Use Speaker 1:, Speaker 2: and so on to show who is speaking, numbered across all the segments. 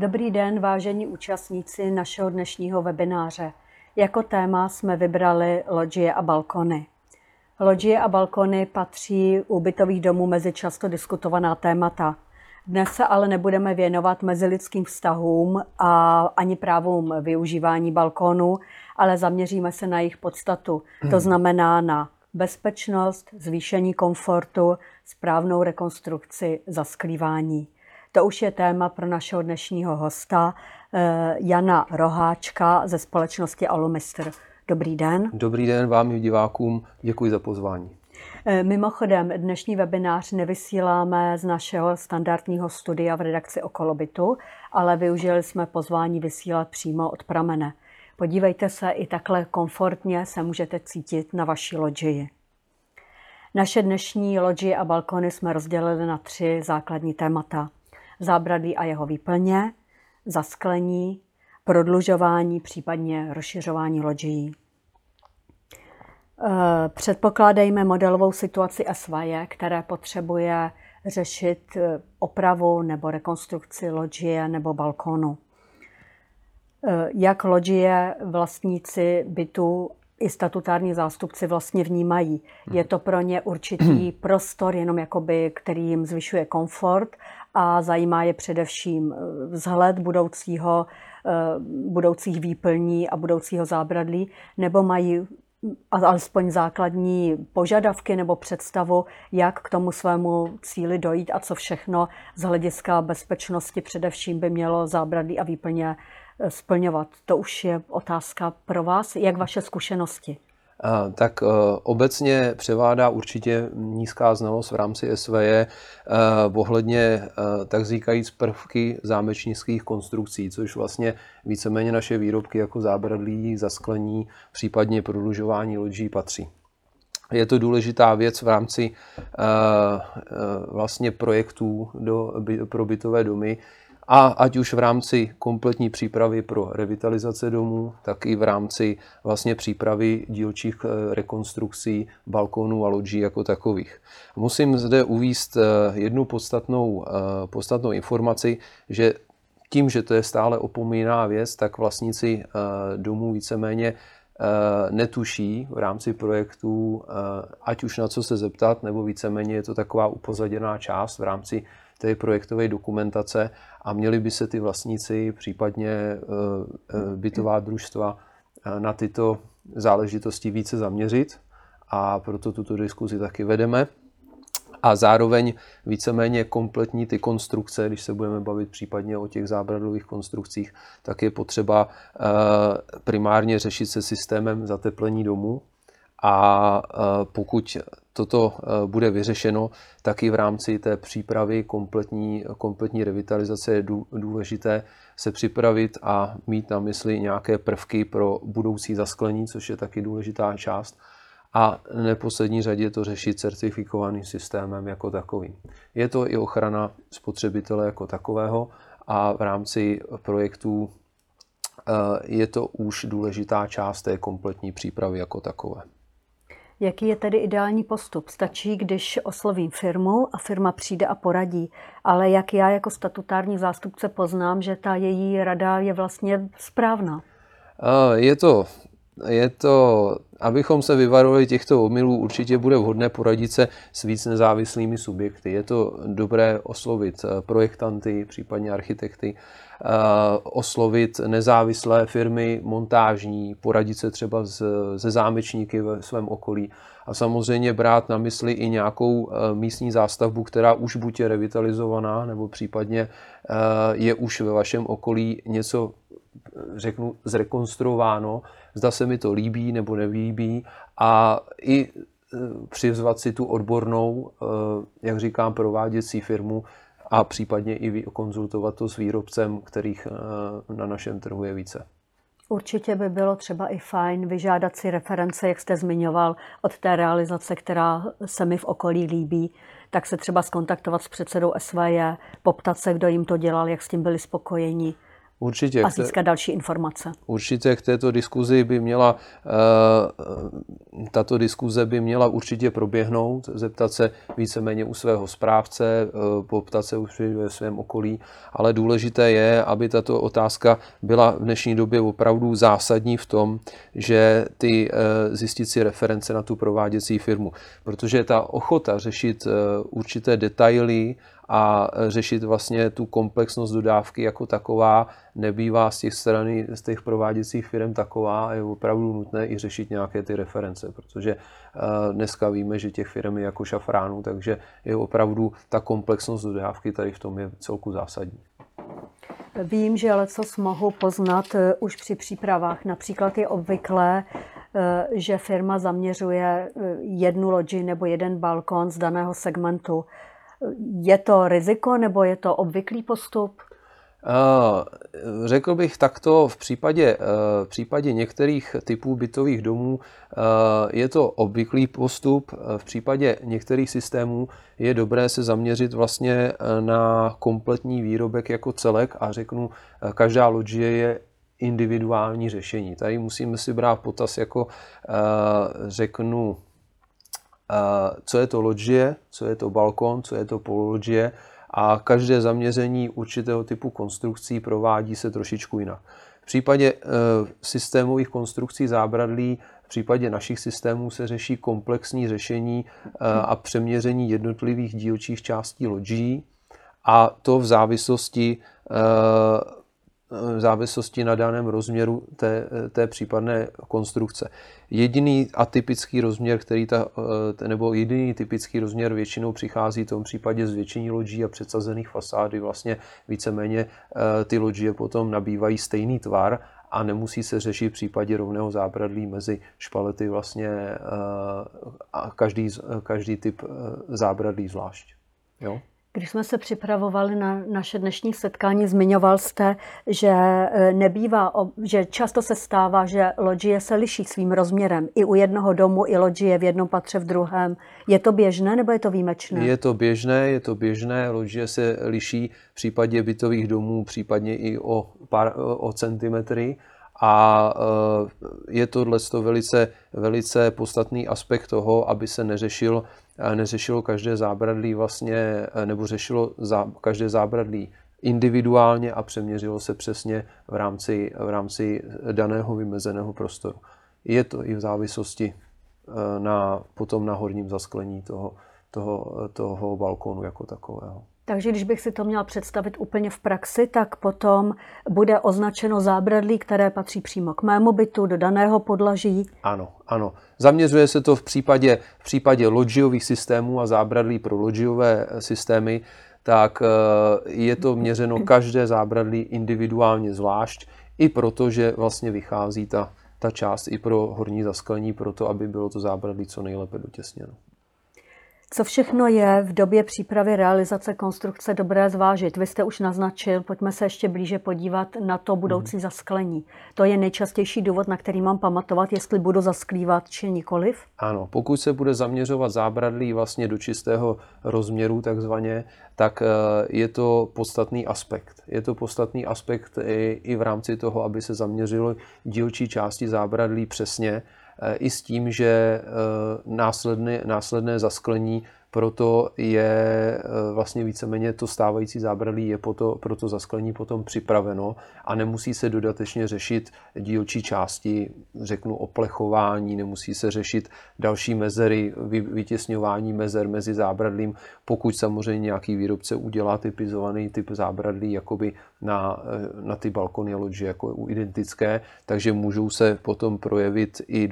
Speaker 1: Dobrý den, vážení účastníci našeho dnešního webináře. Jako téma jsme vybrali lodžie a balkony. Lodžie a balkony patří u bytových domů mezi často diskutovaná témata. Dnes se ale nebudeme věnovat mezilidským vztahům a ani právům využívání balkónů, ale zaměříme se na jejich podstatu. To znamená na bezpečnost, zvýšení komfortu, správnou rekonstrukci, zasklívání. To už je téma pro našeho dnešního hosta, Jana Roháčka ze společnosti Alumistr. Dobrý den.
Speaker 2: Dobrý den vám i divákům, děkuji za pozvání.
Speaker 1: Mimochodem, dnešní webinář nevysíláme z našeho standardního studia v redakci Okolobytu, ale využili jsme pozvání vysílat přímo od pramene. Podívejte se, i takhle komfortně se můžete cítit na vaší lodžii. Naše dnešní lodžie a balkony jsme rozdělili na 3 základní témata. Zábradlí a jeho výplně, zasklení, prodlužování, případně rozšiřování lodžií. Předpokládejme modelovou situaci SVJ, které potřebuje řešit opravu nebo rekonstrukci lodžie nebo balkónu. Jak lodžie vlastníci bytu i statutární zástupci vlastně vnímají. Je to pro ně určitý prostor, jenom jakoby, který jim zvyšuje komfort a zajímá je především vzhled budoucích výplní a budoucího zábradlí, nebo mají alespoň základní požadavky nebo představu, jak k tomu svému cíli dojít a co všechno z hlediska bezpečnosti především by mělo zábradlí a výplně splňovat. To už je otázka pro vás. Jak vaše zkušenosti?
Speaker 2: Tak obecně převládá určitě nízká znalost v rámci SVJ ohledně tak říkajíc prvky zámečnických konstrukcí, což vlastně víceméně naše výrobky jako zábradlí, zasklení, případně prodlužování lodží patří. Je to důležitá věc v rámci vlastně projektů pro bytové domy, a ať už v rámci kompletní přípravy pro revitalizace domů, tak i v rámci vlastně přípravy dílčích rekonstrukcí balkónů a lodží jako takových. Musím zde uvést jednu podstatnou informaci, že tím, že to je stále opomíjená věc, tak vlastníci domů víceméně netuší v rámci projektů, ať už na co se zeptat, nebo víceméně je to taková upozaděná část v rámci té projektové dokumentace a měli by se ty vlastníci, případně bytová družstva na tyto záležitosti více zaměřit a proto tuto diskuzi taky vedeme. A zároveň víceméně kompletní ty konstrukce, když se budeme bavit případně o těch zábradlových konstrukcích, tak je potřeba primárně řešit se systémem zateplení domu. A pokud toto bude vyřešeno, tak i v rámci té přípravy kompletní revitalizace je důležité se připravit a mít na mysli nějaké prvky pro budoucí zasklení, což je taky důležitá část. A v neposlední řadě to řešit certifikovaným systémem jako takovým. Je to i ochrana spotřebitele jako takového a v rámci projektů je to už důležitá část té kompletní přípravy jako takové.
Speaker 1: Jaký je tedy ideální postup? Stačí, když oslovím firmu a firma přijde a poradí. Ale jak já jako statutární zástupce poznám, že ta její rada je vlastně správná?
Speaker 2: Je to, abychom se vyvarovali těchto omylů, určitě bude vhodné poradit se s víc nezávislými subjekty. Je to dobré oslovit projektanty, případně architekty, oslovit nezávislé firmy montážní, poradit se třeba se zámečníky ve svém okolí a samozřejmě brát na mysli i nějakou místní zástavbu, která už buď je revitalizovaná, nebo případně je už ve vašem okolí něco, řeknu, zrekonstruováno, zda se mi to líbí nebo nelíbí a i přizvat si tu odbornou, jak říkám, prováděcí firmu a případně i konzultovat to s výrobcem, kterých na našem trhu je více.
Speaker 1: Určitě by bylo třeba i fajn vyžádat si reference, jak jste zmiňoval, od té realizace, která se mi v okolí líbí, tak se třeba skontaktovat s předsedou SVJ, poptat se, kdo jim to dělal, jak s tím byli spokojeni.
Speaker 2: Určitě.
Speaker 1: A získat další informace.
Speaker 2: Určitě k této diskuzi by měla, tato diskuze by měla určitě proběhnout, zeptat se víceméně u svého správce, poptat se už ve svém okolí, ale důležité je, aby tato otázka byla v dnešní době opravdu zásadní v tom, že zjistit si reference na tu prováděcí firmu, protože ta ochota řešit určité detaily a řešit vlastně tu komplexnost dodávky jako taková nebývá z těch prováděcích firm taková a je opravdu nutné i řešit nějaké ty reference, protože dneska víme, že těch firm je jako šafránů, takže je opravdu ta komplexnost dodávky tady v tom je celku zásadní.
Speaker 1: Vím, že lecos mohu poznat už při přípravách. Například je obvyklé, že firma zaměřuje jednu loďi nebo jeden balkon z daného segmentu. Je to riziko nebo je to obvyklý postup?
Speaker 2: Řekl bych takto, v případě některých typů bytových domů je to obvyklý postup, v případě některých systémů je dobré se zaměřit vlastně na kompletní výrobek jako celek a řeknu, každá loďie je individuální řešení. Tady musíme si brát potaz jako řeknu, co je to loďie, co je to balkon, co je to pololoďie a každé zaměření určitého typu konstrukcí provádí se trošičku jinak. V případě systémových konstrukcí zábradlí, v případě našich systémů se řeší komplexní řešení a přeměření jednotlivých dílčích částí loďí a to v závislosti na daném rozměru té případné konstrukce. Jediný atypický rozměr, nebo jediný typický rozměr většinou přichází v tom případě zvětšení loďí a předsazených fasády. Vlastně víceméně ty loďie potom nabývají stejný tvar a nemusí se řešit v případě rovného zábradlí mezi špalety vlastně a každý typ zábradlí zvlášť. Jo?
Speaker 1: Když jsme se připravovali na naše dnešní setkání, zmiňoval jste, že často se stává, že loďie se liší svým rozměrem. I u jednoho domu, i loďie v jednom patře, v druhém. Je to běžné nebo je to výjimečné?
Speaker 2: Je to běžné. Loďie se liší v případě bytových domů, případně i o centimetry. A je tohle velice podstatný aspekt toho, aby se neřešilo každé zábradlí vlastně, nebo řešilo každé zábradlí individuálně a přeměřilo se přesně v rámci daného vymezeného prostoru. Je to i v závislosti potom na horním zasklení toho balkónu jako takového.
Speaker 1: Takže když bych si to měla představit úplně v praxi, tak potom bude označeno zábradlí, které patří přímo k mému bytu, do daného podlaží.
Speaker 2: Ano. Zaměřuje se to v případě loďiových systémů a zábradlí pro loďiové systémy, tak je to měřeno každé zábradlí individuálně zvlášť, i proto, že vlastně vychází ta část i pro horní zasklení, proto aby bylo to zábradlí co nejlépe dotěsněno.
Speaker 1: Co všechno je v době přípravy realizace konstrukce dobré zvážit? Vy jste už naznačil, pojďme se ještě blíže podívat na to budoucí zasklení. To je nejčastější důvod, na který mám pamatovat, jestli budu zasklívat či nikoliv? Ano,
Speaker 2: pokud se bude zaměřovat zábradlí vlastně do čistého rozměru takzvaně, tak je to podstatný aspekt. Je to podstatný aspekt i v rámci toho, aby se zaměřilo dílčí části zábradlí přesně, i s tím, že následné zasklení proto je vlastně víceméně to stávající zábradlí je pro to zasklení potom připraveno a nemusí se dodatečně řešit dílčí části, řeknu oplechování, nemusí se řešit další mezery, vytěsňování mezer mezi zábradlím, pokud samozřejmě nějaký výrobce udělá typizovaný typ zábradlí jakoby na ty balkony a loďie jako identické, takže můžou se potom projevit i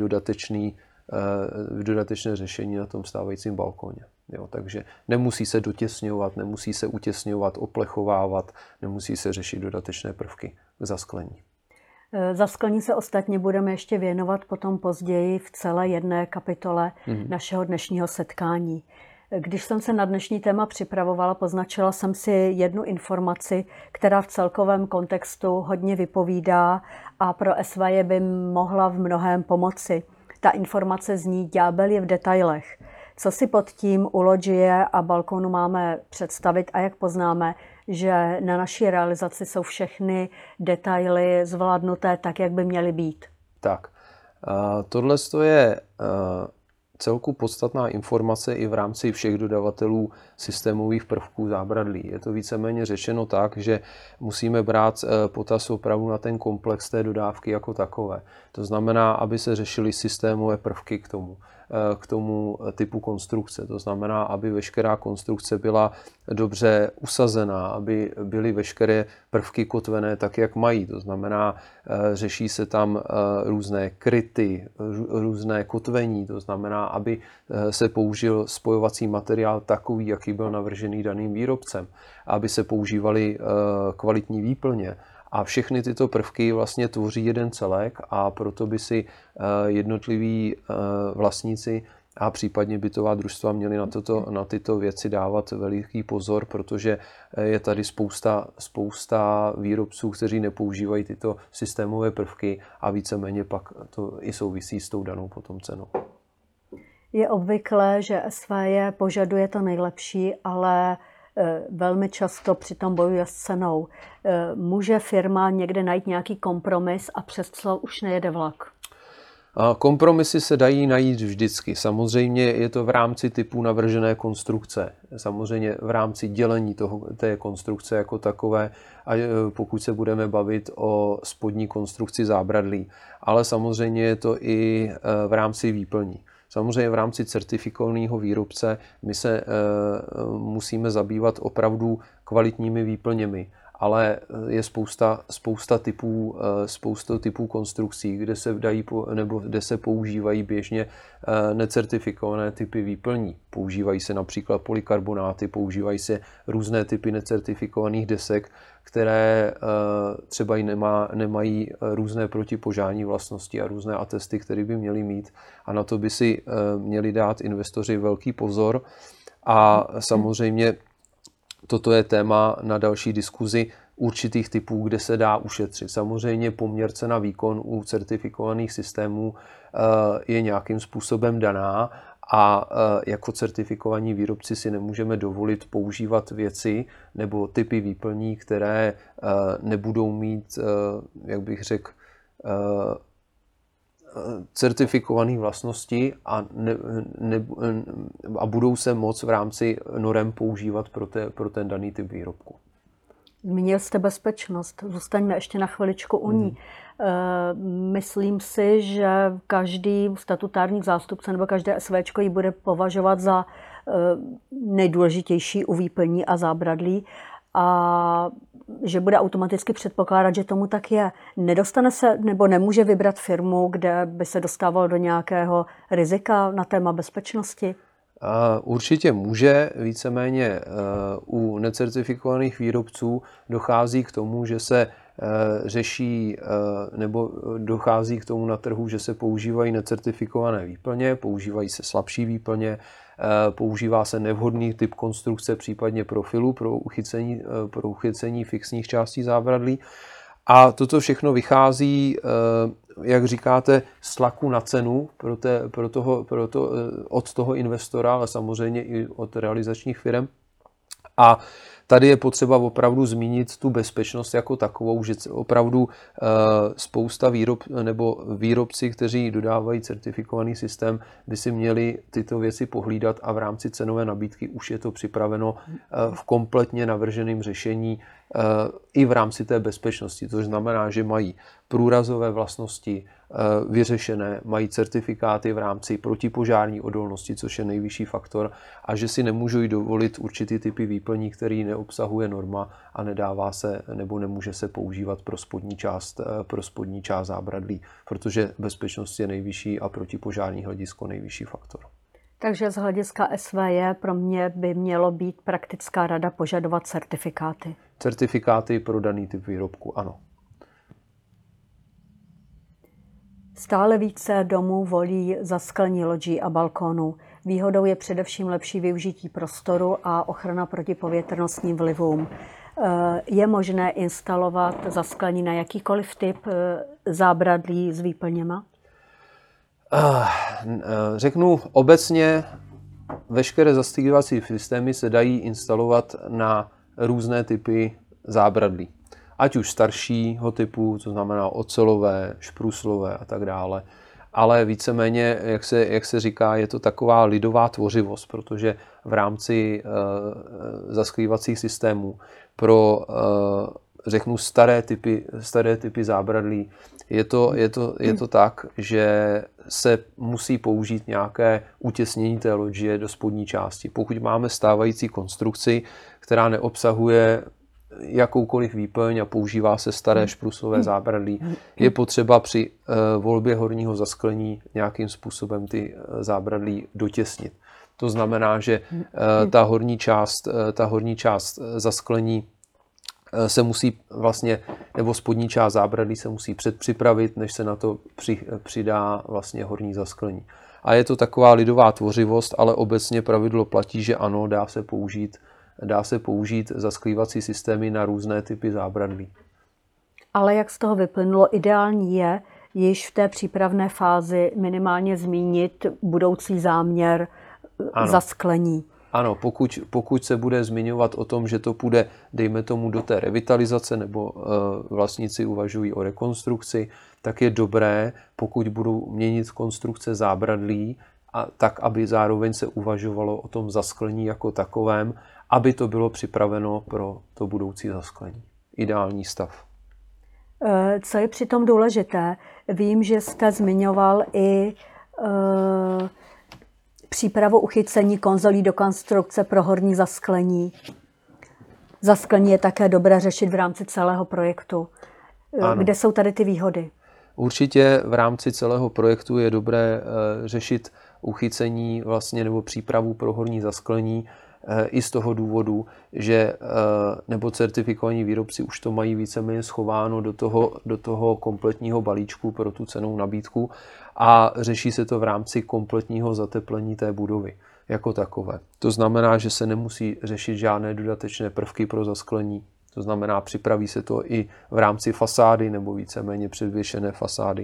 Speaker 2: dodatečné řešení na tom stávajícím balkoně. Jo, takže nemusí se dotěsňovat, nemusí se utěsňovat, oplechovávat, nemusí se řešit dodatečné prvky k zasklení.
Speaker 1: Zasklení se ostatně budeme ještě věnovat potom později v celé jedné kapitole našeho dnešního setkání. Když jsem se na dnešní téma připravovala, poznačila jsem si jednu informaci, která v celkovém kontextu hodně vypovídá a pro SVJ by mohla v mnohém pomoci. Ta informace zní: ďábel je v detailech. Co si pod tím u loďie a balkonu máme představit a jak poznáme, že na naší realizaci jsou všechny detaily zvládnuté tak, jak by měly být?
Speaker 2: Tak, tohle je celku podstatná informace i v rámci všech dodavatelů systémových prvků zábradlí. Je to víceméně řečeno tak, že musíme brát potaz opravdu na ten komplex té dodávky jako takové. To znamená, aby se řešily systémové prvky k tomu typu konstrukce. To znamená, aby veškerá konstrukce byla dobře usazená, aby byly veškeré prvky kotvené tak, jak mají. To znamená, řeší se tam různé kryty, různé kotvení. To znamená, aby se použil spojovací materiál takový, jaký byl navržený daným výrobcem, aby se používaly kvalitní výplně. A všechny tyto prvky vlastně tvoří jeden celek a proto by si jednotliví vlastníci a případně bytová družstva měli na tyto věci dávat veliký pozor, protože je tady spousta výrobců, kteří nepoužívají tyto systémové prvky a víceméně pak to i souvisí s tou danou potom cenou.
Speaker 1: Je obvyklé, že SVJ požaduje to nejlepší, ale velmi často přitom bojuje s cenou. Může firma někde najít nějaký kompromis a přesto už nejede vlak?
Speaker 2: Kompromisy se dají najít vždycky. Samozřejmě je to v rámci typu navržené konstrukce. Samozřejmě v rámci dělení té konstrukce jako takové, a pokud se budeme bavit o spodní konstrukci zábradlí. Ale samozřejmě je to i v rámci výplní. Samozřejmě v rámci certifikovaného výrobce my se musíme zabývat opravdu kvalitními výplněmi, ale je spousta typů konstrukcí, kde se dají nebo kde se používají běžně necertifikované typy výplní. Používají se například polykarbonáty, používají se různé typy necertifikovaných desek, které třeba i nemají různé protipožární vlastnosti a různé atesty, které by měly mít. A na to by si měli dát investoři velký pozor. A samozřejmě toto je téma na další diskuzi určitých typů, kde se dá ušetřit. Samozřejmě poměr cena výkon u certifikovaných systémů je nějakým způsobem daná a jako certifikovaní výrobci si nemůžeme dovolit používat věci nebo typy výplní, které nebudou mít, jak bych řekl, certifikované vlastnosti a budou se moct v rámci norem používat pro ten daný typ výrobku.
Speaker 1: Zmínil jste bezpečnost. Zůstaňme ještě na chviličku u ní. Myslím si, že každý statutární zástupce nebo každé SVčko ji bude považovat za nejdůležitější u výplní a zábradlí a že bude automaticky předpokládat, že tomu tak je. Nedostane se nebo nemůže vybrat firmu, kde by se dostávalo do nějakého rizika na téma bezpečnosti?
Speaker 2: Určitě může, víceméně u necertifikovaných výrobců dochází k tomu, že se řeší nebo dochází k tomu na trhu, že se používají necertifikované výplně, používají se slabší výplně, používá se nevhodný typ konstrukce, případně profilu pro uchycení fixních částí zábradlí. A toto všechno vychází, jak říkáte, z tlaku na cenu od toho investora, ale samozřejmě i od realizačních firm. A tady je potřeba opravdu zmínit tu bezpečnost jako takovou, že opravdu spousta výrobci, kteří dodávají certifikovaný systém, by si měli tyto věci pohlídat a v rámci cenové nabídky už je to připraveno v kompletně navrženém řešení i v rámci té bezpečnosti. To znamená, že mají průrazové vlastnosti vyřešené, mají certifikáty v rámci protipožární odolnosti, což je nejvyšší faktor, a že si nemůžou dovolit určitý typy výplní, který neobsahuje norma a nedává se nebo nemůže se používat pro spodní část zábradlí, protože bezpečnost je nejvyšší a protipožární hledisko nejvyšší faktor.
Speaker 1: Takže z hlediska SVJ pro mě by mělo být praktická rada požadovat certifikáty.
Speaker 2: Certifikáty pro daný typ výrobku, ano.
Speaker 1: Stále více domů volí zasklení loďí a balkónů. Výhodou je především lepší využití prostoru a ochrana proti povětrnostním vlivům. Je možné instalovat zasklení na jakýkoliv typ zábradlí s výplněma?
Speaker 2: Řeknu obecně, veškeré zastýkovací systémy se dají instalovat na různé typy zábradlí. Ať už staršího typu, to znamená ocelové, špruslové a tak dále. Ale víceméně, jak se říká, je to taková lidová tvořivost, protože v rámci zasklívacích systémů pro, řeknu, staré typy zábradlí je to tak, že se musí použít nějaké utěsnění té loďie do spodní části. Pokud máme stávající konstrukci, která neobsahuje jakoukoliv výplň a používá se staré špruslové zábradlí, je potřeba při volbě horního zasklení nějakým způsobem ty zábradlí dotěsnit. To znamená, že ta horní část zasklení se musí vlastně, nebo spodní část zábradlí se musí předpřipravit, než se na to přidá vlastně horní zasklení. A je to taková lidová tvořivost, ale obecně pravidlo platí, že ano, dá se použít zasklívací systémy na různé typy zábradlí.
Speaker 1: Ale jak z toho vyplynulo, ideální je již v té přípravné fázi minimálně zmínit budoucí záměr zasklení.
Speaker 2: Ano, pokud se bude zmiňovat o tom, že to půjde, dejme tomu, do té revitalizace, nebo vlastníci uvažují o rekonstrukci, tak je dobré, pokud budou měnit konstrukce zábradlí, tak aby zároveň se uvažovalo o tom zasklení jako takovém, aby to bylo připraveno pro to budoucí zasklení. Ideální stav.
Speaker 1: Co je přitom důležité? Vím, že jste zmiňoval i přípravu uchycení konzolí do konstrukce pro horní zasklení. Zasklení je také dobré řešit v rámci celého projektu. Ano. Kde jsou tady ty výhody?
Speaker 2: Určitě v rámci celého projektu je dobré řešit uchycení vlastně, nebo přípravu pro horní zasklení i z toho důvodu, že nebo certifikovaní výrobci už to mají víceméně schováno do toho kompletního balíčku pro tu cenou nabídku a řeší se to v rámci kompletního zateplení té budovy jako takové. To znamená, že se nemusí řešit žádné dodatečné prvky pro zasklení. To znamená, připraví se to i v rámci fasády nebo víceméně předvěšené fasády.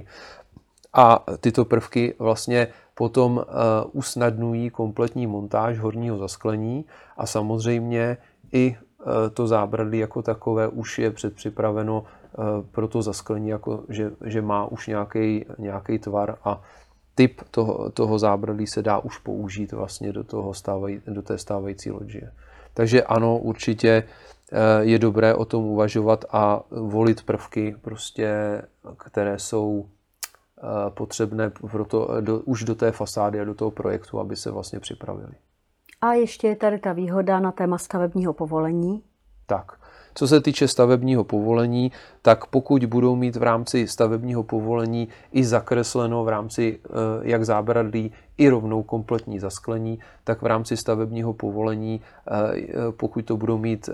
Speaker 2: A tyto prvky vlastně potom usnadňují kompletní montáž horního zasklení a samozřejmě i to zábradlí jako takové už je předpřipraveno pro to zasklení, jako že má už nějaký tvar a typ toho zábradlí se dá už použít vlastně do té stávající loďie. Takže ano, určitě je dobré o tom uvažovat a volit prvky, prostě, které jsou potřebné už do té fasády a do toho projektu, aby se vlastně připravili.
Speaker 1: A ještě je tady ta výhoda na téma stavebního povolení.
Speaker 2: Tak, co se týče stavebního povolení, tak pokud budou mít v rámci stavebního povolení i zakresleno v rámci jak zábradlí, i rovnou kompletní zasklení, tak v rámci stavebního povolení, pokud to budou mít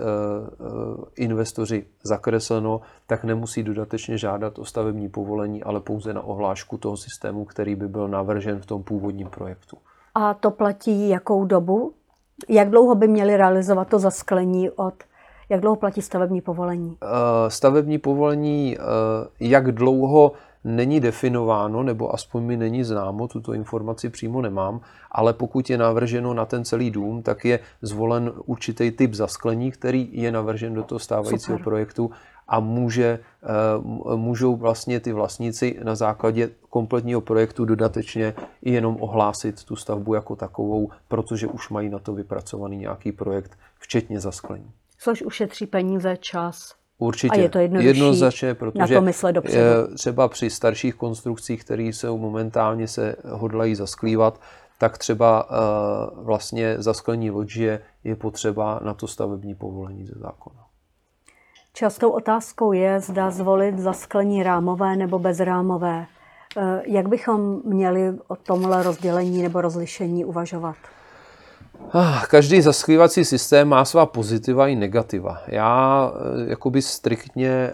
Speaker 2: investoři zakresleno, tak nemusí dodatečně žádat o stavební povolení, ale pouze na ohlášku toho systému, který by byl navržen v tom původním projektu.
Speaker 1: A to platí jakou dobu? Jak dlouho by měli realizovat to zasklení jak dlouho platí stavební povolení?
Speaker 2: Stavební povolení, jak dlouho není definováno, nebo aspoň mi není známo, tuto informaci přímo nemám, ale pokud je navrženo na ten celý dům, tak je zvolen určitý typ zasklení, který je navržen do toho stávajícího projektu a můžou vlastně ty vlastníci na základě kompletního projektu dodatečně i jenom ohlásit tu stavbu jako takovou, protože už mají na to vypracovaný nějaký projekt, včetně zasklení.
Speaker 1: Což ušetří peníze, čas.
Speaker 2: Určitě.
Speaker 1: A je to
Speaker 2: jednoznačně, protože
Speaker 1: na to myslet dopředu.
Speaker 2: Třeba při starších konstrukcích, které jsou momentálně se hodlají zasklívat, tak třeba vlastně zasklení loďie je potřeba na to stavební povolení ze zákona.
Speaker 1: Častou otázkou je, zda zvolit zasklení rámové nebo bezrámové. Jak bychom měli o tomhle rozdělení nebo rozlišení uvažovat?
Speaker 2: Každý zasklívací systém má svá pozitiva i negativa. Já jakoby striktně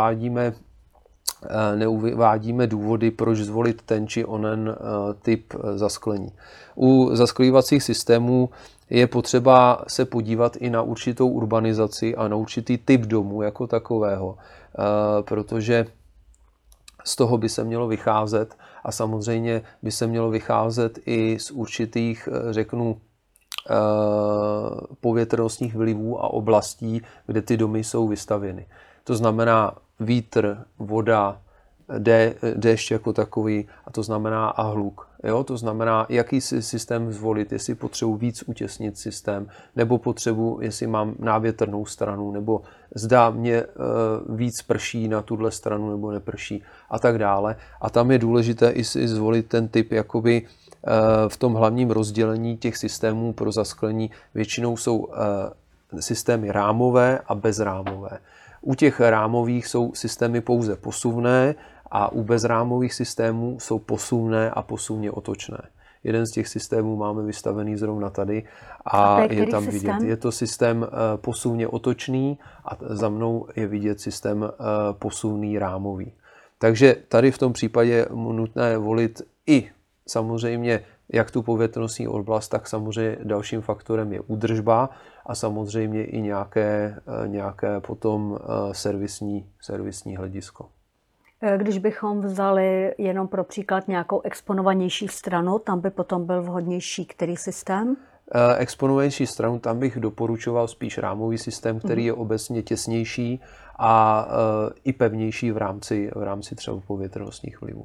Speaker 2: neuvádíme důvody, proč zvolit ten či onen typ zasklení. U zasklívacích systémů je potřeba se podívat i na určitou urbanizaci a na určitý typ domu jako takového, protože z toho by se mělo vycházet a samozřejmě by se mělo vycházet i z určitých, řeknu, povětrnostních vlivů a oblastí, kde ty domy jsou vystavěny. To znamená vítr, voda, déšť jako takový, a to znamená a hluk. Jo? To znamená, jaký systém zvolit, jestli potřebuji víc utěsnit systém, nebo potřebuji, jestli mám návětrnou stranu, nebo zdá mě víc prší na tuhle stranu, nebo neprší a tak dále. A tam je důležité i si zvolit ten typ jakoby v tom hlavním rozdělení těch systémů pro zasklení. Většinou jsou systémy rámové a bezrámové. U těch rámových jsou systémy pouze posuvné a u bezrámových systémů jsou posuvné a posuvně otočné. Jeden z těch systémů máme vystavený zrovna tady a je tam vidět. Je to systém posuvně otočný a za mnou je vidět systém posuvný rámový. Takže tady v tom případě je nutné volit i samozřejmě jak tu povětrnostní oblast, tak samozřejmě dalším faktorem je údržba a samozřejmě i nějaké potom servisní hledisko.
Speaker 1: Když bychom vzali jenom pro příklad nějakou exponovanější stranu, tam by potom byl vhodnější který systém?
Speaker 2: Exponovanější stranu, tam bych doporučoval spíš rámový systém, který je obecně těsnější a i pevnější v rámci třeba povětrnostních vlivů.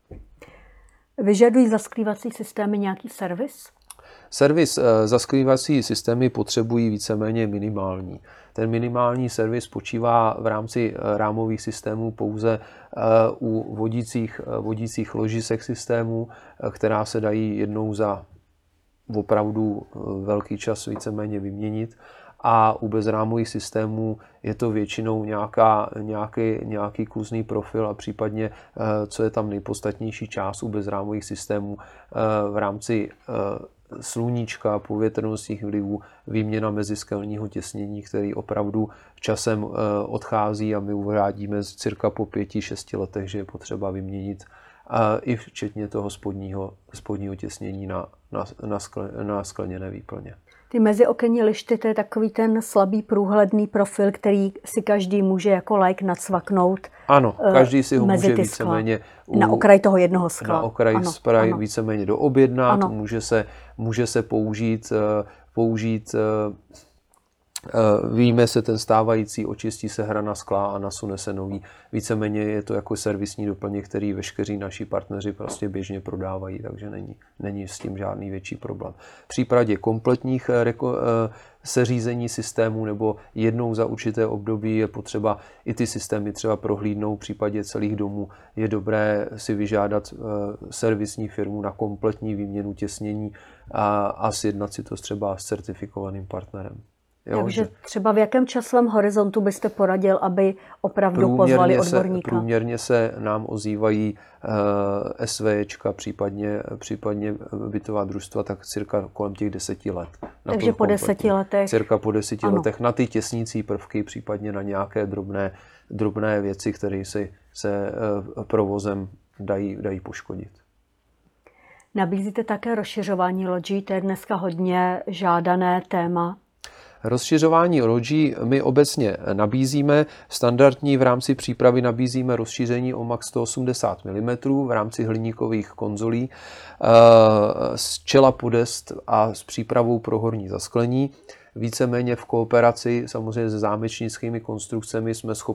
Speaker 1: Vyžadují zasklívací systémy nějaký servis?
Speaker 2: Servis zasklívací systémy potřebují víceméně minimální. Ten minimální servis spočívá v rámci rámových systémů pouze u vodících ložisek systémů, která se dají jednou za opravdu velký čas víceméně vyměnit. A u bezrámových systémů je to většinou nějaký kluzný profil a případně, co je tam nejpodstatnější část u bezrámových systémů v rámci sluníčka, povětrnostních vlivů, výměna meziskelního těsnění, který opravdu časem odchází a my uvádíme cirka po 5-6 letech, že je potřeba vyměnit i včetně toho spodního těsnění na skleněné výplně.
Speaker 1: Ty meziokenní lišty, to je takový ten slabý průhledný profil, který si každý může jako laik nacvaknout.
Speaker 2: Ano, každý si ho může víceméně
Speaker 1: na okraj toho jednoho skla.
Speaker 2: Na okraj víceméně doobjednat, může se použít vyjme se ten stávající, očistí se hrana skla a nasune se nový. Víceméně je to jako servisní doplněk, který veškeří naši partneři prostě běžně prodávají, takže není s tím žádný větší problém. V případě kompletních seřízení systémů nebo jednou za určité období je potřeba i ty systémy třeba prohlídnout. V případě celých domů je dobré si vyžádat servisní firmu na kompletní výměnu těsnění a sjednat si to třeba s certifikovaným partnerem. Jo,
Speaker 1: takže třeba v jakém časovém horizontu byste poradil, aby opravdu pozvali odborníka?
Speaker 2: Průměrně se nám ozývají SVčka, případně bytová družstva, tak cirka kolem těch 10 let.
Speaker 1: Takže po 10 letech?
Speaker 2: Cirka po 10 letech na ty těsnící prvky, případně na nějaké drobné věci, které se provozem dají poškodit.
Speaker 1: Nabízíte také rozšiřování lodží, to je dneska hodně žádané téma.
Speaker 2: Rozšiřování lodží my obecně nabízíme. Standardní v rámci přípravy nabízíme rozšíření o max 180 mm v rámci hliníkových konzolí z čela podest a s přípravou pro horní zasklení. Víceméně v kooperaci samozřejmě se zámečnickými konstrukcemi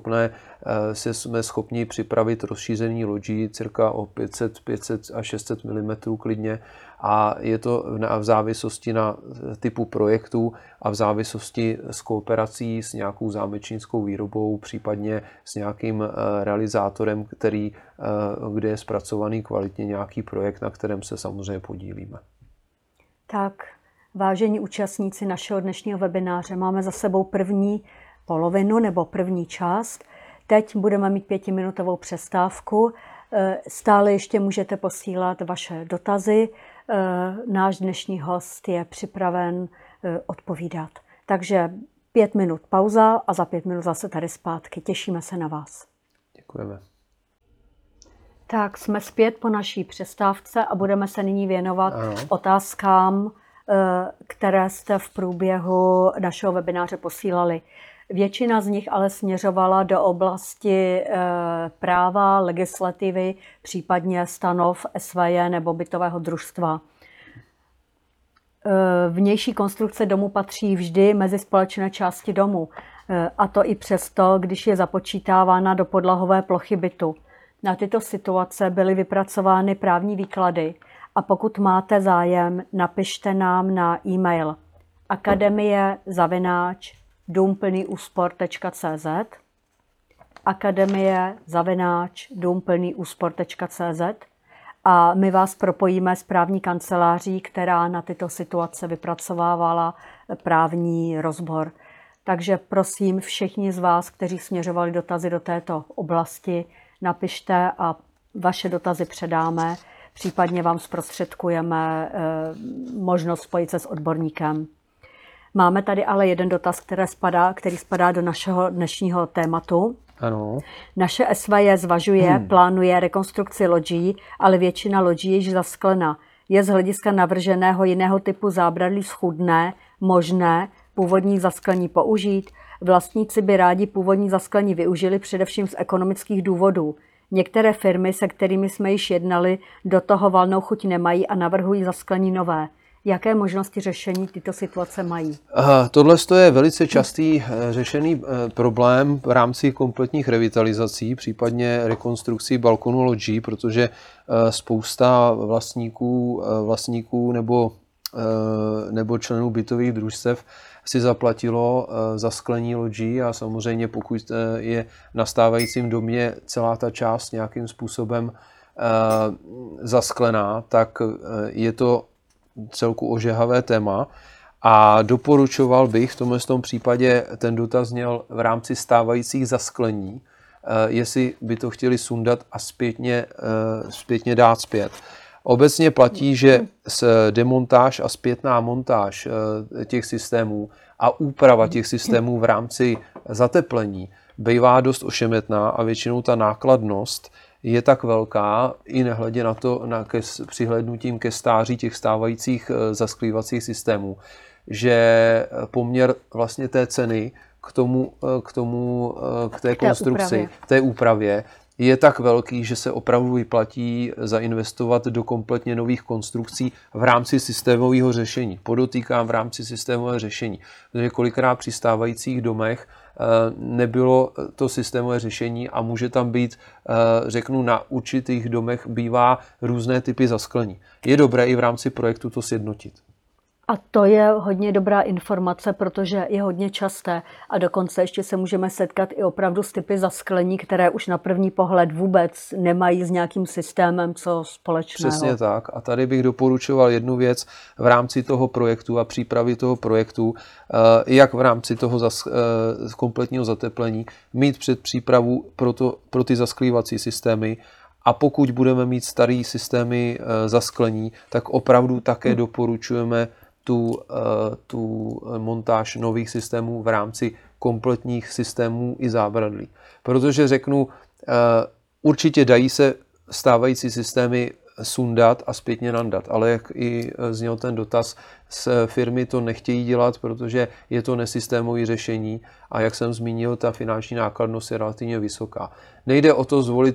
Speaker 2: jsme schopni připravit rozšíření lodží cirka o 500 až 600 mm klidně a je to v závislosti na typu projektu a v závislosti s kooperací s nějakou zámečnickou výrobou, případně s nějakým realizátorem, kde je zpracovaný kvalitně nějaký projekt, na kterém se samozřejmě podílíme.
Speaker 1: Tak, vážení účastníci našeho dnešního webináře, máme za sebou první polovinu nebo první část. Teď budeme mít 5minutovou přestávku. Stále ještě můžete posílat vaše dotazy. Náš dnešní host je připraven odpovídat. Takže 5 minut pauza a za 5 minut zase tady zpátky. Těšíme se na vás.
Speaker 2: Děkujeme.
Speaker 1: Tak jsme zpět po naší přestávce a budeme se nyní věnovat otázkám, které jste v průběhu našeho webináře posílali. Většina z nich ale směřovala do oblasti práva, legislativy, případně stanov SVJ nebo bytového družstva. Vnější konstrukce domu patří vždy mezi společné části domu, a to i přesto, když je započítávána do podlahové plochy bytu. Na tyto situace byly vypracovány právní výklady a pokud máte zájem, napište nám na e-mail akademie@dumplnyúspor.cz akademie@dumplnyúspor.cz a my vás propojíme s právní kanceláří, která na tyto situace vypracovávala právní rozbor. Takže prosím všichni z vás, kteří směřovali dotazy do této oblasti, napište a vaše dotazy předáme, případně vám zprostředkujeme možnost spojit se s odborníkem. Máme tady ale jeden dotaz, který spadá do našeho dnešního tématu.
Speaker 2: Ano.
Speaker 1: Naše SVJ zvažuje, plánuje rekonstrukci lodží, ale většina lodží je již zasklena. Je z hlediska navrženého jiného typu zábradlí schůdné, možné původní zasklení použít? Vlastníci by rádi původní zasklení využili především z ekonomických důvodů. Některé firmy, se kterými jsme již jednali, do toho valnou chuť nemají a navrhují zasklení nové. Jaké možnosti řešení tyto situace mají?
Speaker 2: Tohle je velice častý řešený problém v rámci kompletních revitalizací, případně rekonstrukcí balkonů lodží, protože spousta vlastníků nebo členů bytových družstev si zaplatilo zasklení lodží a samozřejmě pokud je na stávajícím domě celá ta část nějakým způsobem zasklená, tak je to celku ožehavé téma a doporučoval bych v tomhle případě ten dotaz měl v rámci stávajících zasklení, jestli by to chtěli sundat a zpětně dát zpět. Obecně platí, že demontáž a zpětná montáž těch systémů a úprava těch systémů v rámci zateplení bývá dost ošemetná a většinou ta nákladnost je tak velká, i nehledě na to, přihlédnutím ke stáří těch stávajících zasklívacích systémů, že poměr vlastně té ceny k té konstrukci, k té úpravě, je tak velký, že se opravdu vyplatí zainvestovat do kompletně nových konstrukcí v rámci systémového řešení. Podotýkám v rámci systémového řešení, protože kolikrát při stávajících domech nebylo to systémové řešení a může tam být, řeknu, na určitých domech bývá různé typy zasklení. Je dobré i v rámci projektu to sjednotit.
Speaker 1: A to je hodně dobrá informace, protože je hodně časté a dokonce ještě se můžeme setkat i opravdu s typy zasklení, které už na první pohled vůbec nemají s nějakým systémem co společného.
Speaker 2: Přesně tak. A tady bych doporučoval jednu věc v rámci toho projektu a přípravy toho projektu, jak v rámci toho kompletního zateplení mít předpřípravu pro ty zasklívací systémy. A pokud budeme mít staré systémy zasklení, tak opravdu také doporučujeme tu montáž nových systémů v rámci kompletních systémů i zábradlí. Protože řeknu, určitě dají se stávající systémy sundat a zpětně nandat, ale jak i zněl ten dotaz, z firmy to nechtějí dělat, protože je to nesystémové řešení a jak jsem zmínil, ta finanční nákladnost je relativně vysoká. Nejde o to zvolit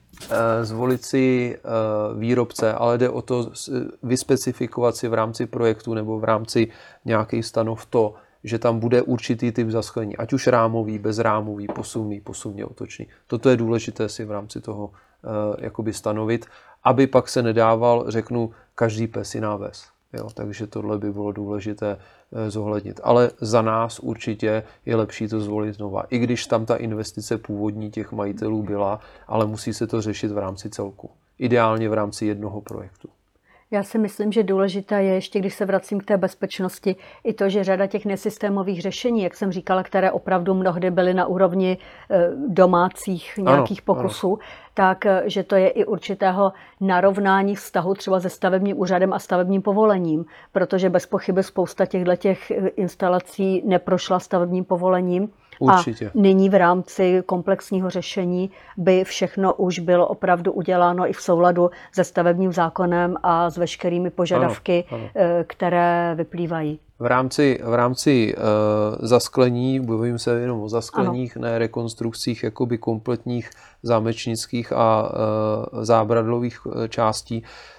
Speaker 2: si výrobce, ale jde o to vyspecifikovat si v rámci projektu nebo v rámci nějakých stanov to, že tam bude určitý typ zasklení, ať už rámový, bezrámový, posuvně otočný. Toto je důležité si v rámci toho jakoby stanovit, aby pak se nedával, řeknu, každý pes jiná ves. Jo, takže tohle by bylo důležité zohlednit. Ale za nás určitě je lepší to zvolit znova. I když tam ta investice původní těch majitelů byla, ale musí se to řešit v rámci celku. Ideálně v rámci jednoho projektu.
Speaker 1: Já si myslím, že důležité je ještě, když se vracím k té bezpečnosti, i to, že řada těch nesystémových řešení, jak jsem říkala, které opravdu mnohdy byly na úrovni domácích nějakých pokusů, tak že to je i určitého narovnání vztahu třeba se stavebním úřadem a stavebním povolením, protože bez pochyby spousta těch instalací neprošla stavebním povolením.
Speaker 2: Určitě.
Speaker 1: A nyní v rámci komplexního řešení by všechno už bylo opravdu uděláno i v souladu se stavebním zákonem a s veškerými požadavky, které vyplývají.
Speaker 2: V rámci zasklení, bavím se jenom o zaskleních, ne rekonstrukcích jakoby kompletních zámečnických a zábradlových částí,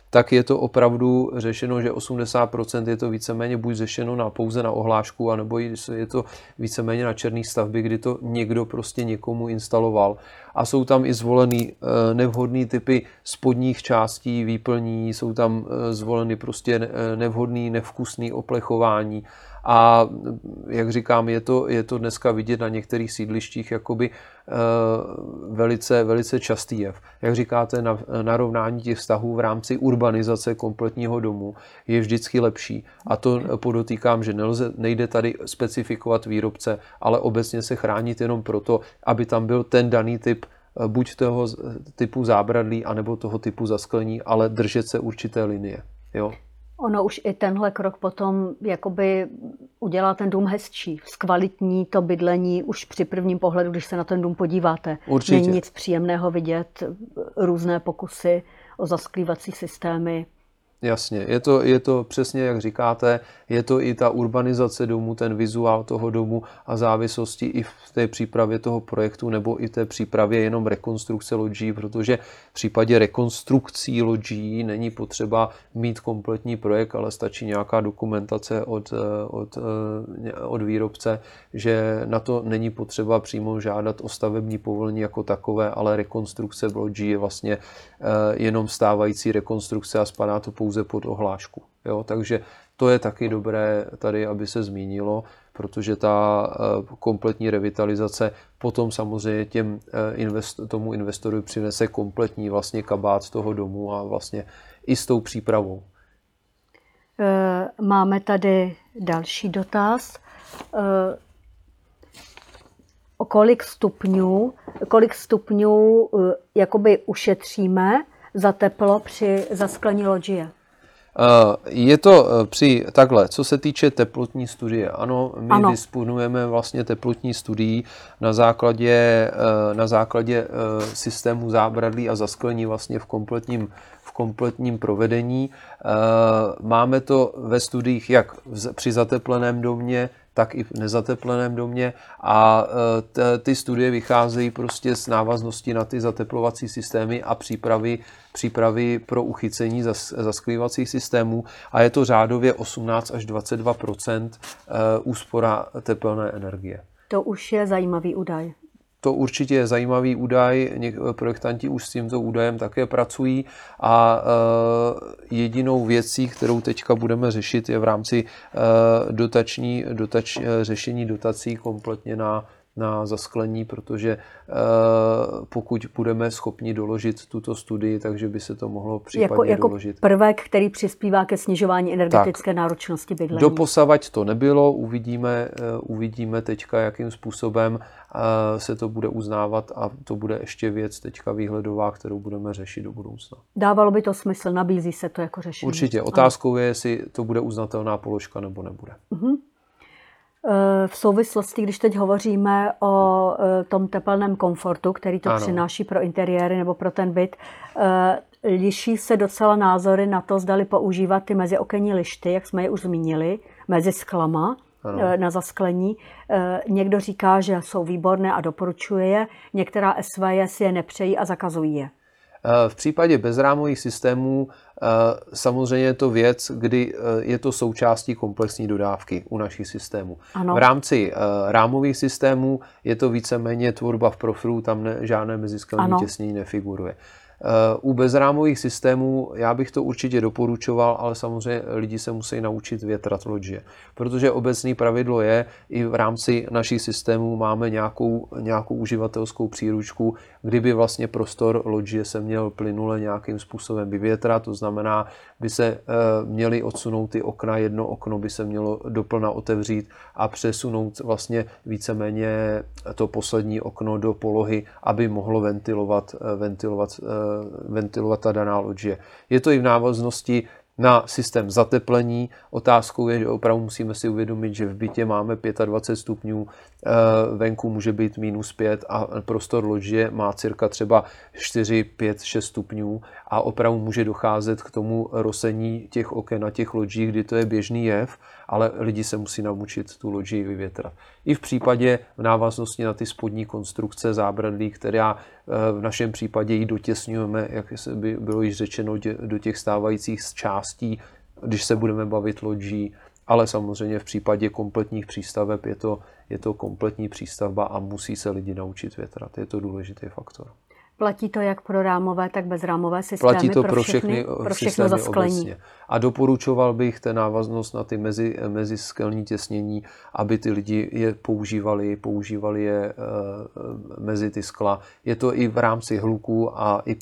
Speaker 2: tak je to opravdu řešeno, že 80% je to víceméně buď řešeno pouze na ohlášku, anebo je to víceméně na černé stavby, kdy to někdo prostě někomu instaloval. A jsou tam i zvolený nevhodný typy spodních částí výplní, jsou tam zvoleny prostě nevhodný, nevkusný oplechování. A jak říkám, je to dneska vidět na některých sídlištích jakoby velice, velice častý jev. Jak říkáte, narovnání těch vztahů v rámci urbanizace kompletního domu je vždycky lepší. A to podotýkám, že nejde tady specifikovat výrobce, ale obecně se chránit jenom proto, aby tam byl ten daný typ buď toho typu zábradlí, anebo toho typu zasklení, ale držet se určité linie. Jo?
Speaker 1: Ono už i tenhle krok potom jakoby udělá ten dům hezčí, zkvalitní to bydlení už při prvním pohledu, když se na ten dům podíváte.
Speaker 2: Určitě.
Speaker 1: Není nic příjemného vidět, různé pokusy o zasklívací systémy.
Speaker 2: Jasně, je to přesně jak říkáte, je to i ta urbanizace domu, ten vizuál toho domu a závislosti i v té přípravě toho projektu nebo i té přípravě jenom rekonstrukce lodží, protože v případě rekonstrukcí lodží není potřeba mít kompletní projekt, ale stačí nějaká dokumentace od výrobce, že na to není potřeba přímo žádat o stavební povolení jako takové, ale rekonstrukce v lodží je vlastně jenom stávající rekonstrukce a spadá to pouze pod ohlášku. Jo? Takže to je taky dobré tady, aby se zmínilo, protože ta kompletní revitalizace potom samozřejmě tomu investorovi přinese kompletní vlastně kabát toho domu a vlastně i s tou přípravou.
Speaker 1: Máme tady další dotaz. O kolik stupňů jakoby ušetříme za teplo při zasklení lodžie?
Speaker 2: Je to takhle, co se týče teplotní studie. Ano, my disponujeme vlastně teplotní studií na základě systému zábradlí a zasklení vlastně v kompletním provedení. Máme to ve studiích jak při zatepleném domě, tak i v nezatepleném domě a ty studie vycházejí prostě z návaznosti na ty zateplovací systémy a přípravy pro uchycení zasklívacích systémů a je to řádově 18 až 22% úspora tepelné energie.
Speaker 1: To už je zajímavý údaj.
Speaker 2: To určitě je zajímavý údaj, projektanti už s tímto údajem také pracují a jedinou věcí, kterou teďka budeme řešit, je v rámci řešení dotací kompletně na zasklení, protože pokud budeme schopni doložit tuto studii, takže by se to mohlo případně doložit.
Speaker 1: Jako prvek, který přispívá ke snižování energetické náročnosti bydlení.
Speaker 2: Doposavad to nebylo, uvidíme teďka, jakým způsobem se to bude uznávat a to bude ještě věc teďka výhledová, kterou budeme řešit do budoucna.
Speaker 1: Dávalo by to smysl, nabízí se to jako řešení.
Speaker 2: Určitě. Otázkou je, jestli to bude uznatelná položka nebo nebude.
Speaker 1: V souvislosti, když teď hovoříme o tom tepelném komfortu, který to přináší pro interiéry nebo pro ten byt, liší se docela názory na to, zdali používat ty meziokenní lišty, jak jsme je už zmínili, mezi sklama na zasklení. Někdo říká, že jsou výborné a doporučuje je, některá SVJ si je nepřejí a zakazují je.
Speaker 2: V případě bezrámových systémů samozřejmě je to věc, kdy je to součástí komplexní dodávky u našich systémů.
Speaker 1: Ano.
Speaker 2: V rámci rámových systémů je to víceméně tvorba v profilu, tam žádné meziskelní těsnění nefiguruje. U bezrámových systémů já bych to určitě doporučoval, ale samozřejmě lidi se musí naučit větrat lodžie. Protože obecné pravidlo je, i v rámci našich systémů máme nějakou uživatelskou příručku, kdyby vlastně prostor lodžie se měl plynule nějakým způsobem vyvětrat, to znamená, by se měly odsunout ty okna, jedno okno by se mělo doplna otevřít a přesunout vlastně víceméně to poslední okno do polohy, aby mohlo ventilovat ta daná lodžie. Je to i v návaznosti na systém zateplení. Otázkou je, že opravdu musíme si uvědomit, že v bytě máme 25 stupňů, venku může být -5 a prostor lodžie má cirka třeba 4, 5, 6 stupňů a opravdu může docházet k tomu rosení těch oken na těch lodžích, kdy to je běžný jev, ale lidi se musí naučit tu lodžii vyvětrat. I v případě v návaznosti na ty spodní konstrukce zábradlí, která v našem případě ji dotěsňujeme, jak by bylo již řečeno, do těch stávajících částí, když se budeme bavit lodí, ale samozřejmě v případě kompletních přístaveb je to kompletní přístavba a musí se lidi naučit větrat. Je to důležitý faktor.
Speaker 1: Platí to jak pro rámové, tak bezrámové systémy?
Speaker 2: Platí to pro všechny
Speaker 1: všechno zasklení.
Speaker 2: obecně. A doporučoval bych ten návaznost na ty meziskelní těsnění, aby ty lidi je používali je mezi ty skla. Je to i v rámci hluku a i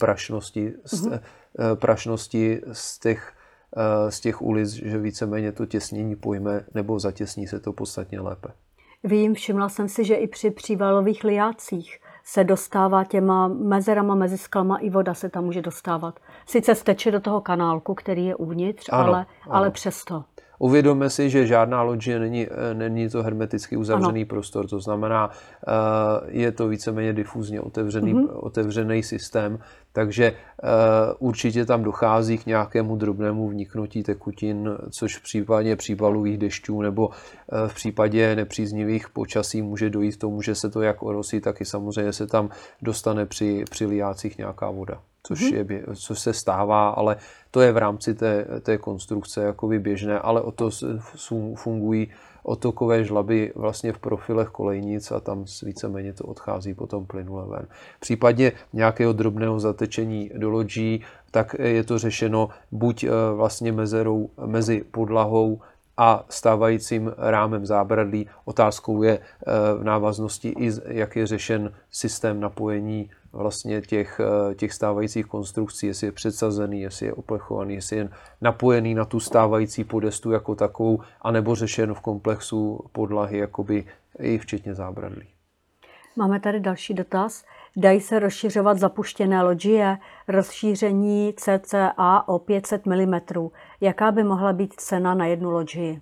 Speaker 2: prašnosti z těch ulic, že víceméně to těsnění pojme nebo zatěsní se to podstatně lépe.
Speaker 1: Vím, všimla jsem si, že i při přívalových lijácích se dostává těma mezerama mezi sklama i voda se tam může dostávat. Sice steče do toho kanálku, který je uvnitř, ale přesto.
Speaker 2: Uvědomme si, že žádná loďie není to hermeticky uzavřený prostor, to znamená, je to víceméně difuzně otevřený systém, takže určitě tam dochází k nějakému drobnému vniknutí tekutin, což v případě přívalových dešťů nebo v případě nepříznivých počasí může dojít k tomu, že se to jak orosí, tak i samozřejmě se tam dostane při lijácích nějaká voda. Což se stává, ale to je v rámci té konstrukce jakoby běžné, ale o to fungují otokové žlaby vlastně v profilech kolejnic a tam víceméně to odchází potom plynule ven. V případě nějakého drobného zatečení do lodží, tak je to řešeno buď vlastně mezerou mezi podlahou a stávajícím rámem zábradlí. Otázkou je v návaznosti i jak je řešen systém napojení vlastně těch stávajících konstrukcí, jestli je předsazený, jestli je oplechovaný, jestli je napojený na tu stávající podestu jako takovou, anebo řešen v komplexu podlahy, jakoby i včetně zábradlí.
Speaker 1: Máme tady další dotaz. Dají se rozšiřovat zapuštěné lodžie, rozšíření cca o 500 mm. Jaká by mohla být cena na jednu lodžii?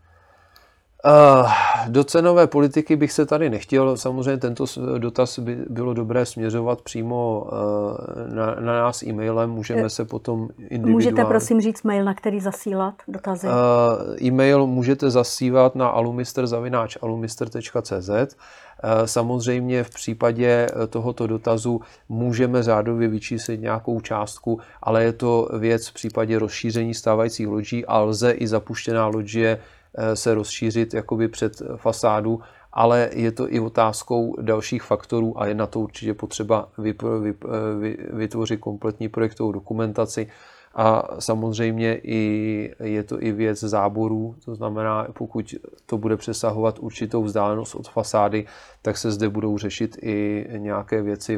Speaker 2: Do cenové politiky bych se tady nechtěl. Samozřejmě tento dotaz by bylo dobré směřovat přímo na nás e-mailem. Můžeme se potom individuálně...
Speaker 1: Můžete prosím říct mail, na který zasílat dotazy?
Speaker 2: E-mail můžete zasílat na alumister@alumister.cz. Samozřejmě v případě tohoto dotazu můžeme řádově vyčíslit nějakou částku, ale je to věc v případě rozšíření stávajících lodží a lze i zapuštěná lodžie se rozšířit jakoby před fasádu, ale je to i otázkou dalších faktorů a je na to určitě potřeba vytvořit kompletní projektovou dokumentaci. A samozřejmě je to i věc záborů, to znamená, pokud to bude přesahovat určitou vzdálenost od fasády, tak se zde budou řešit i nějaké věci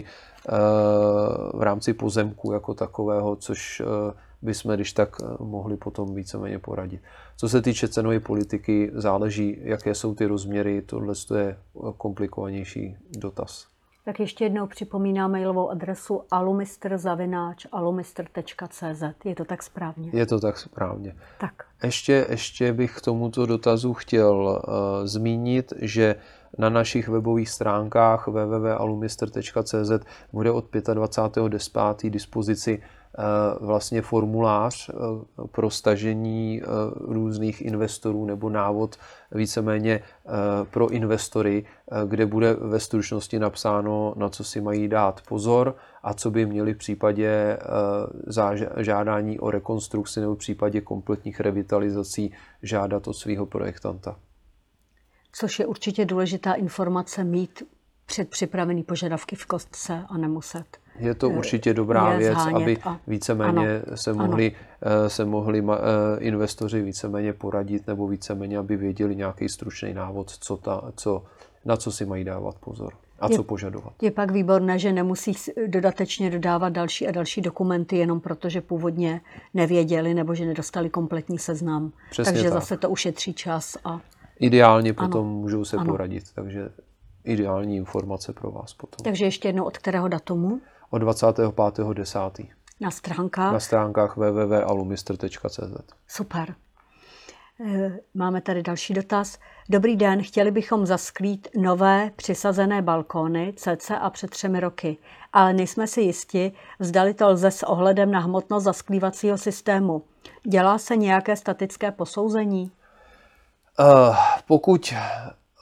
Speaker 2: v rámci pozemku jako takového, což bychom když tak mohli potom víceméně poradit. Co se týče cenové politiky, záleží, jaké jsou ty rozměry, tohle je komplikovanější dotaz.
Speaker 1: Tak ještě jednou připomínám mailovou adresu alumister@alumister.cz. Je to tak správně?
Speaker 2: Je to tak správně.
Speaker 1: Tak.
Speaker 2: Ještě bych k tomuto dotazu chtěl zmínit, že na našich webových stránkách www.alumister.cz bude od 25.10. dispozici vlastně formulář pro stažení různých investorů nebo návod víceméně pro investory, kde bude ve stručnosti napsáno, na co si mají dát pozor a co by měli v případě žádání o rekonstrukci nebo v případě kompletních revitalizací žádat od svého projektanta.
Speaker 1: Což je určitě důležitá informace mít předpřipravený požadavky v kostce a nemuset.
Speaker 2: Je to určitě dobrá věc, aby víceméně se mohli investoři víceméně poradit nebo víceméně, aby věděli nějaký stručný návod, na co si mají dávat pozor a co požadovat.
Speaker 1: Je pak výborné, že nemusí dodatečně dodávat další a další dokumenty jenom proto, že původně nevěděli nebo že nedostali kompletní seznam.
Speaker 2: Přesně
Speaker 1: takže
Speaker 2: tak.
Speaker 1: Zase to ušetří čas.
Speaker 2: Ideálně potom můžou se poradit, takže ideální informace pro vás potom.
Speaker 1: Takže ještě jednou od kterého datumu?
Speaker 2: Od 25.10.
Speaker 1: Na stránkách?
Speaker 2: Na stránkách www.alumister.cz.
Speaker 1: Super. Máme tady další dotaz. Dobrý den, chtěli bychom zasklít nové přisazené balkóny cca před 3 roky, ale nejsme si jisti, zdali to lze s ohledem na hmotnost zasklívacího systému. Dělá se nějaké statické posouzení?
Speaker 2: Pokud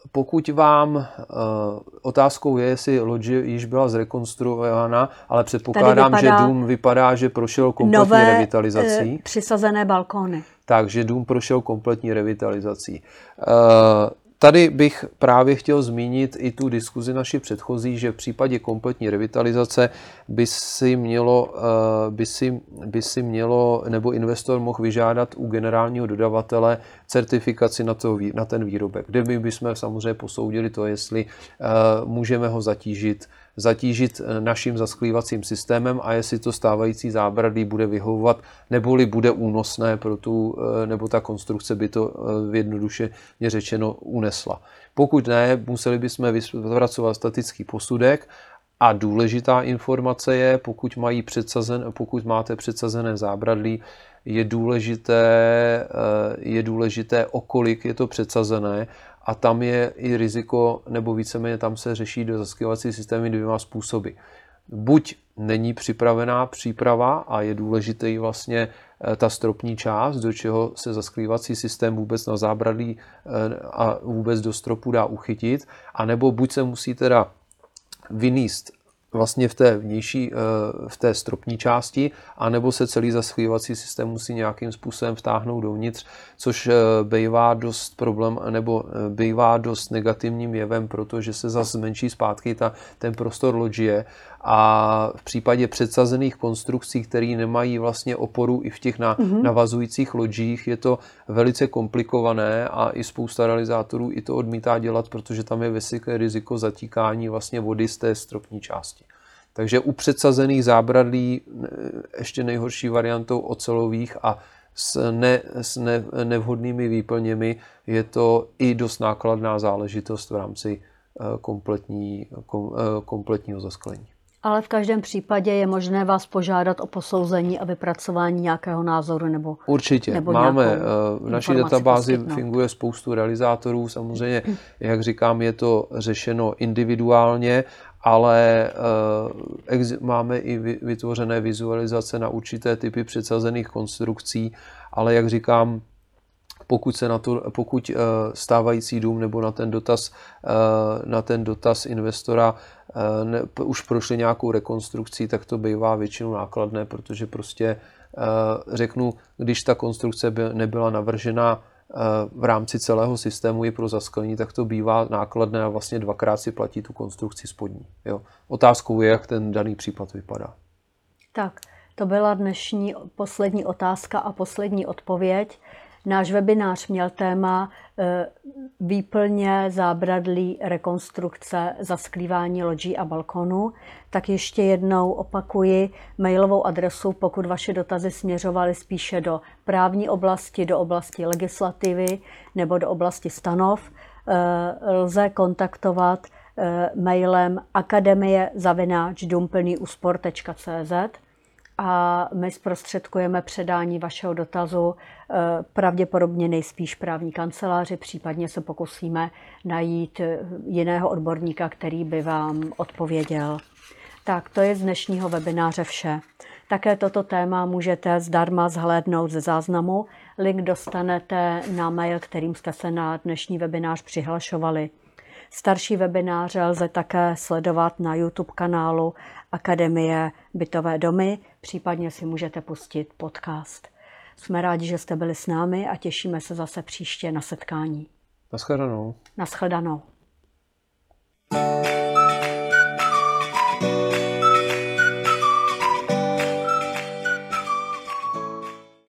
Speaker 2: pokud vám otázkou je, jestli loďie již byla zrekonstruována, ale předpokládám, že dům vypadá, že prošel kompletní revitalizací.
Speaker 1: Přisazené balkóny.
Speaker 2: Takže dům prošel kompletní revitalizací. Tady bych právě chtěl zmínit i tu diskuzi naši předchozí, že v případě kompletní revitalizace by si mělo nebo investor mohl vyžádat u generálního dodavatele certifikaci na ten výrobek, kde bychom samozřejmě posoudili to, jestli můžeme ho zatížit naším zasklívacím systémem a jestli to stávající zábradlí bude vyhovovat, neboli bude únosné nebo ta konstrukce by to jednoduše řečeno unesla. Pokud ne, museli bychom vypracovat statický posudek a důležitá informace je, pokud máte předsazené zábradlí, je důležité, o kolik je to předsazené, a tam je i riziko, nebo víceméně tam se řeší do zasklivovací systémy dvěma způsoby. Buď není připravená příprava a je důležitý vlastně ta stropní část, do čeho se zasklivovací systém vůbec na zábradlí a vůbec do stropu dá uchytit, anebo buď se musí teda vynést vlastně v té stropní části, anebo se celý zasklivovací systém musí nějakým způsobem vtáhnout dovnitř, což bývá dost problém, nebo bývá dost negativním jevem, protože se zase zmenší zpátky ten prostor loďie, a v případě předsazených konstrukcí, které nemají vlastně oporu i v těch navazujících loďích, je to velice komplikované a i spousta realizátorů i to odmítá dělat, protože tam je vysoké riziko zatíkání vlastně vody z té stropní části. Takže u předsazených zábradlí ještě nejhorší variantou ocelových a s nevhodnými výplněmi je to i dost nákladná záležitost v rámci kompletního zasklení.
Speaker 1: Ale v každém případě je možné vás požádat o posouzení a vypracování nějakého názoru nebo
Speaker 2: určitě.
Speaker 1: Nebo
Speaker 2: máme v naší databázi funguje spoustu realizátorů. Samozřejmě, jak říkám, je to řešeno individuálně, ale máme i vytvořené vizualizace na určité typy předsazených konstrukcí, ale jak říkám, pokud stávající dům nebo na ten dotaz investora už prošli nějakou rekonstrukcí, tak to bývá většinou nákladné, protože prostě řeknu, když ta konstrukce nebyla navržena v rámci celého systému i pro zasklení, tak to bývá nákladné a vlastně dvakrát si platí tu konstrukci spodní. Jo. Otázkou je, jak ten daný případ vypadá.
Speaker 1: Tak, to byla dnešní poslední otázka a poslední odpověď. Náš webinář měl téma výplně, zábradlí, rekonstrukce, zasklívání loďí a balkonů. Tak ještě jednou opakuji mailovou adresu, pokud vaše dotazy směřovaly spíše do právní oblasti, do oblasti legislativy nebo do oblasti stanov. Lze kontaktovat mailem akademie@dumplnyuspor.cz a my zprostředkujeme předání vašeho dotazu pravděpodobně nejspíš právní kanceláři, případně se pokusíme najít jiného odborníka, který by vám odpověděl. Tak, to je z dnešního webináře vše. Také toto téma můžete zdarma zhlédnout ze záznamu. Link dostanete na mail, kterým jste se na dnešní webinář přihlašovali. Starší webináře lze také sledovat na YouTube kanálu Akademie bytové domy, případně si můžete pustit podcast. Jsme rádi, že jste byli s námi a těšíme se zase příště na setkání.
Speaker 2: Naschledanou.
Speaker 1: Naschledanou.